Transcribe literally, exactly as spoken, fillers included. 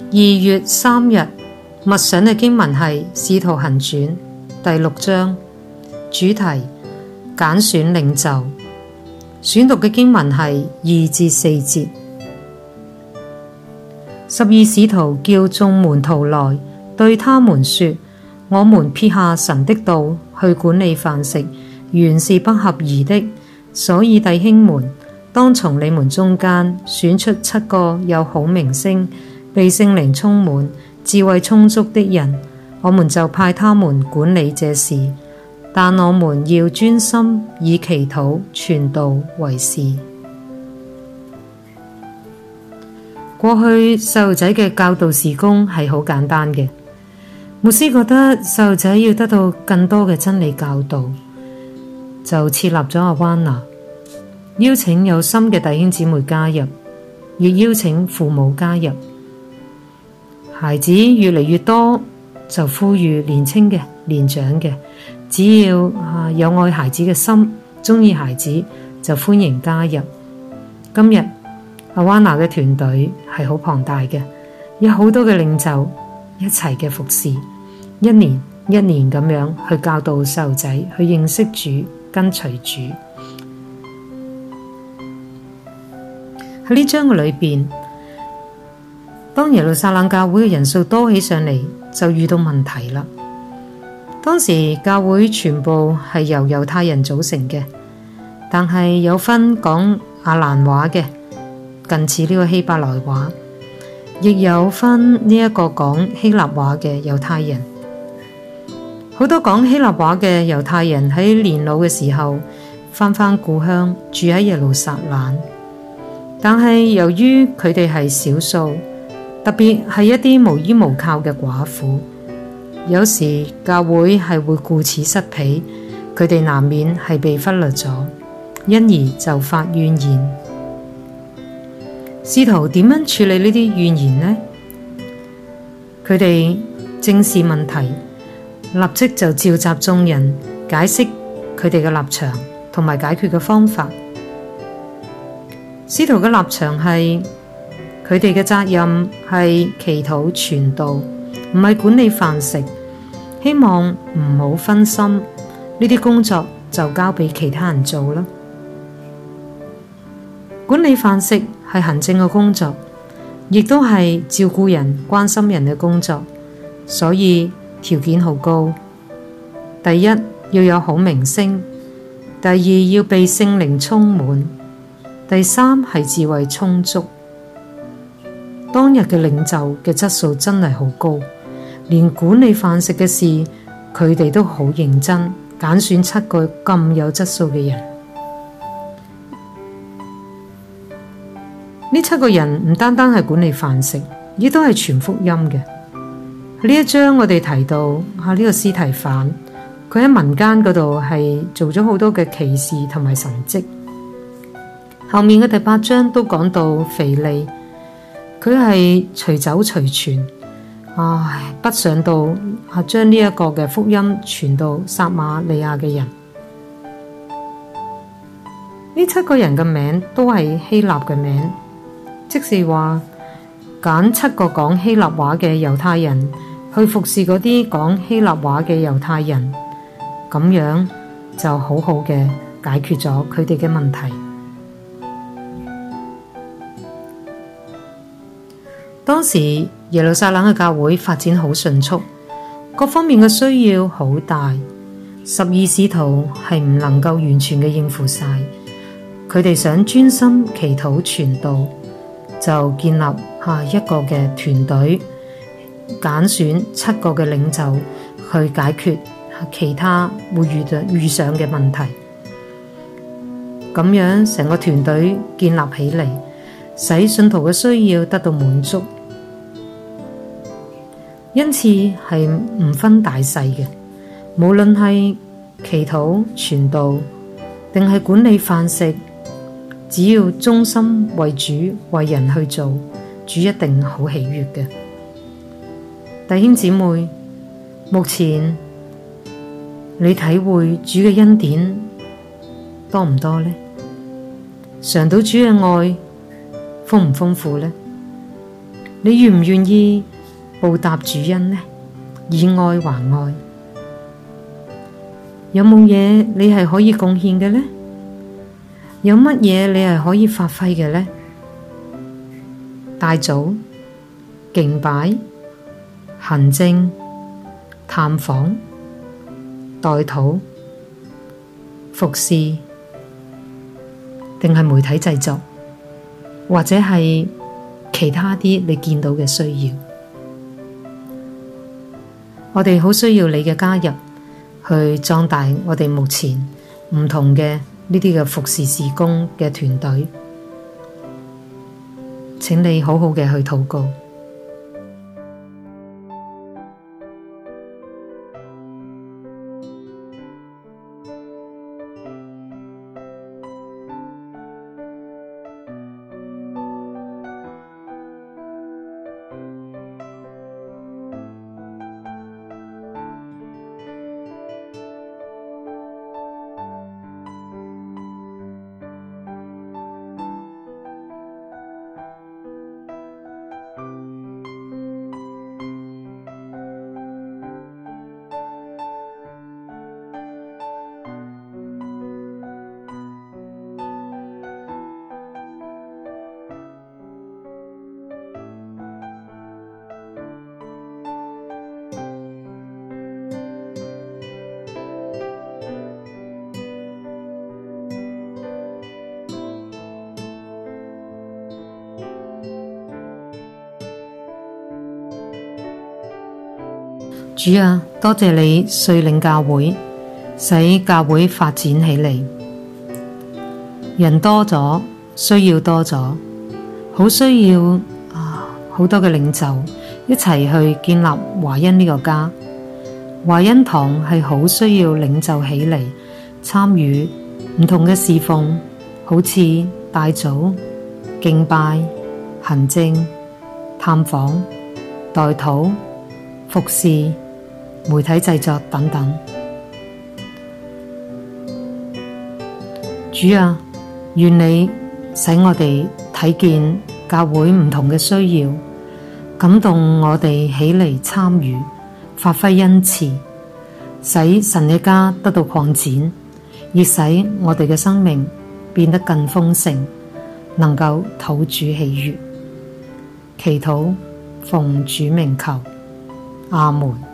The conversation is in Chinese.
二月三日默想嘅經文係《使徒行傳》第六章，主題揀選領袖。選讀嘅經文係二至四節。十二使徒叫眾門徒來，對他們說：我們撇下神的道去管理飯食，原是不合宜的。所以弟兄們，當從你們中間選出七個有好名聲、被聖靈充滿、智慧充足的人，我們就派他們管理這事。但我們要專心以祈禱傳道為事。過去細路仔嘅教導事工係好簡單嘅，牧師覺得細路仔要得到更多嘅真理教導，就設立咗阿灣娜，邀請有心嘅弟兄姊妹加入，亦邀請父母加入。孩子越嚟越多，就呼籲年輕嘅、年長嘅，只要啊有愛孩子嘅心，鍾意孩子，就歡迎加入。今日阿灣娜嘅團隊係好龐大嘅，有好多嘅領袖一齊嘅服侍，一年一年咁樣去教導細路仔去認識主、跟隨主。喺呢章嘅裏邊，當耶路撒冷教會嘅人數多起上嚟，就遇到問題啦。當時教會全部係由猶太人組成嘅，但係有分講亞蘭話嘅，近似呢個希伯來話，亦有分呢一個講希臘話嘅猶太人。好多講希臘話嘅猶太人喺年老嘅時候返返故鄉，住喺耶路撒冷。但係由於佢哋係少數，特別係一啲無依無靠嘅寡婦，有時教會係會顧此失彼，佢哋難免係被忽略咗，因而就發怨言。使徒點樣處理呢啲怨言呢？佢哋正視問題，立即就召集眾人解釋佢哋嘅立場同埋解決嘅方法。使徒嘅立場係，佢哋嘅責任係祈禱傳道，唔係管理飯食。希望唔好分心，呢啲工作就交俾其他人做啦。管理飯食係行政嘅工作，亦都係照顧人、關心人嘅工作，所以條件好高。第一，要有好名聲；第二，要被聖靈充滿；第三，係智慧充足。當日嘅領袖嘅質素真係好高，連管理飯食嘅事，佢哋都好認真，揀選七個咁有質素嘅人。呢七個人唔單單係管理飯食，亦都係傳福音嘅。呢一章我哋提到啊，呢個司提反，佢喺民間嗰度係做咗好多嘅奇事同埋神蹟。後面嘅第八章都講到腓利，佢係隨走隨傳，唉，北上到啊將呢一個嘅福音傳到撒瑪利亞嘅人。呢七個人嘅名都係希臘嘅名，即是話揀七個講希臘話嘅猶太人去服侍嗰啲講希臘話嘅猶太人，咁樣就好好嘅解決咗佢哋嘅問題。當時耶路撒冷嘅教會發展好迅速，各方面嘅需要好大，十二使徒係唔能夠完全嘅應付晒。佢哋想專心祈禱傳道，就建立下一個嘅團隊，揀選七個嘅領袖去解決其他會遇到遇上嘅問題。咁樣成個團隊建立起嚟，使信徒嘅需要得到滿足。因此係唔分大細嘅，無論係祈禱傳道定係管理飯食，只要忠心為主為人去做，主一定好喜悅嘅。弟兄姊妹，目前你體會主嘅恩典多唔多呢？嘗到主嘅愛豐唔豐富呢？ 你願唔願意報答主恩呢？以愛還愛，有冇嘢你係可以貢獻嘅呢？有乜嘢你係可以發揮嘅呢？帶組、敬拜、行政、探訪、代禱、服侍，定係媒體製作，或者係其他啲你見到嘅需要。我哋好需要你嘅加入，去壯大我哋目前唔同嘅呢啲嘅服侍事工嘅團隊。請你好好嘅去禱告。主啊，多謝你率領教會，使教會發展起嚟。人多咗，需要多咗，好需要啊，好多嘅領袖一齊去建立華恩呢個家。華恩堂係好需要領袖起嚟參與唔同嘅侍奉，好似帶組、敬拜、行政、探訪、代禱、服侍、媒體製作等等。主啊，願你使我哋睇見教會唔同嘅需要，感動我哋起嚟參與，發揮恩賜，使神嘅家得到擴展，亦使我哋嘅生命變得更豐盛，能夠討主喜悅。祈禱奉主名求，阿門。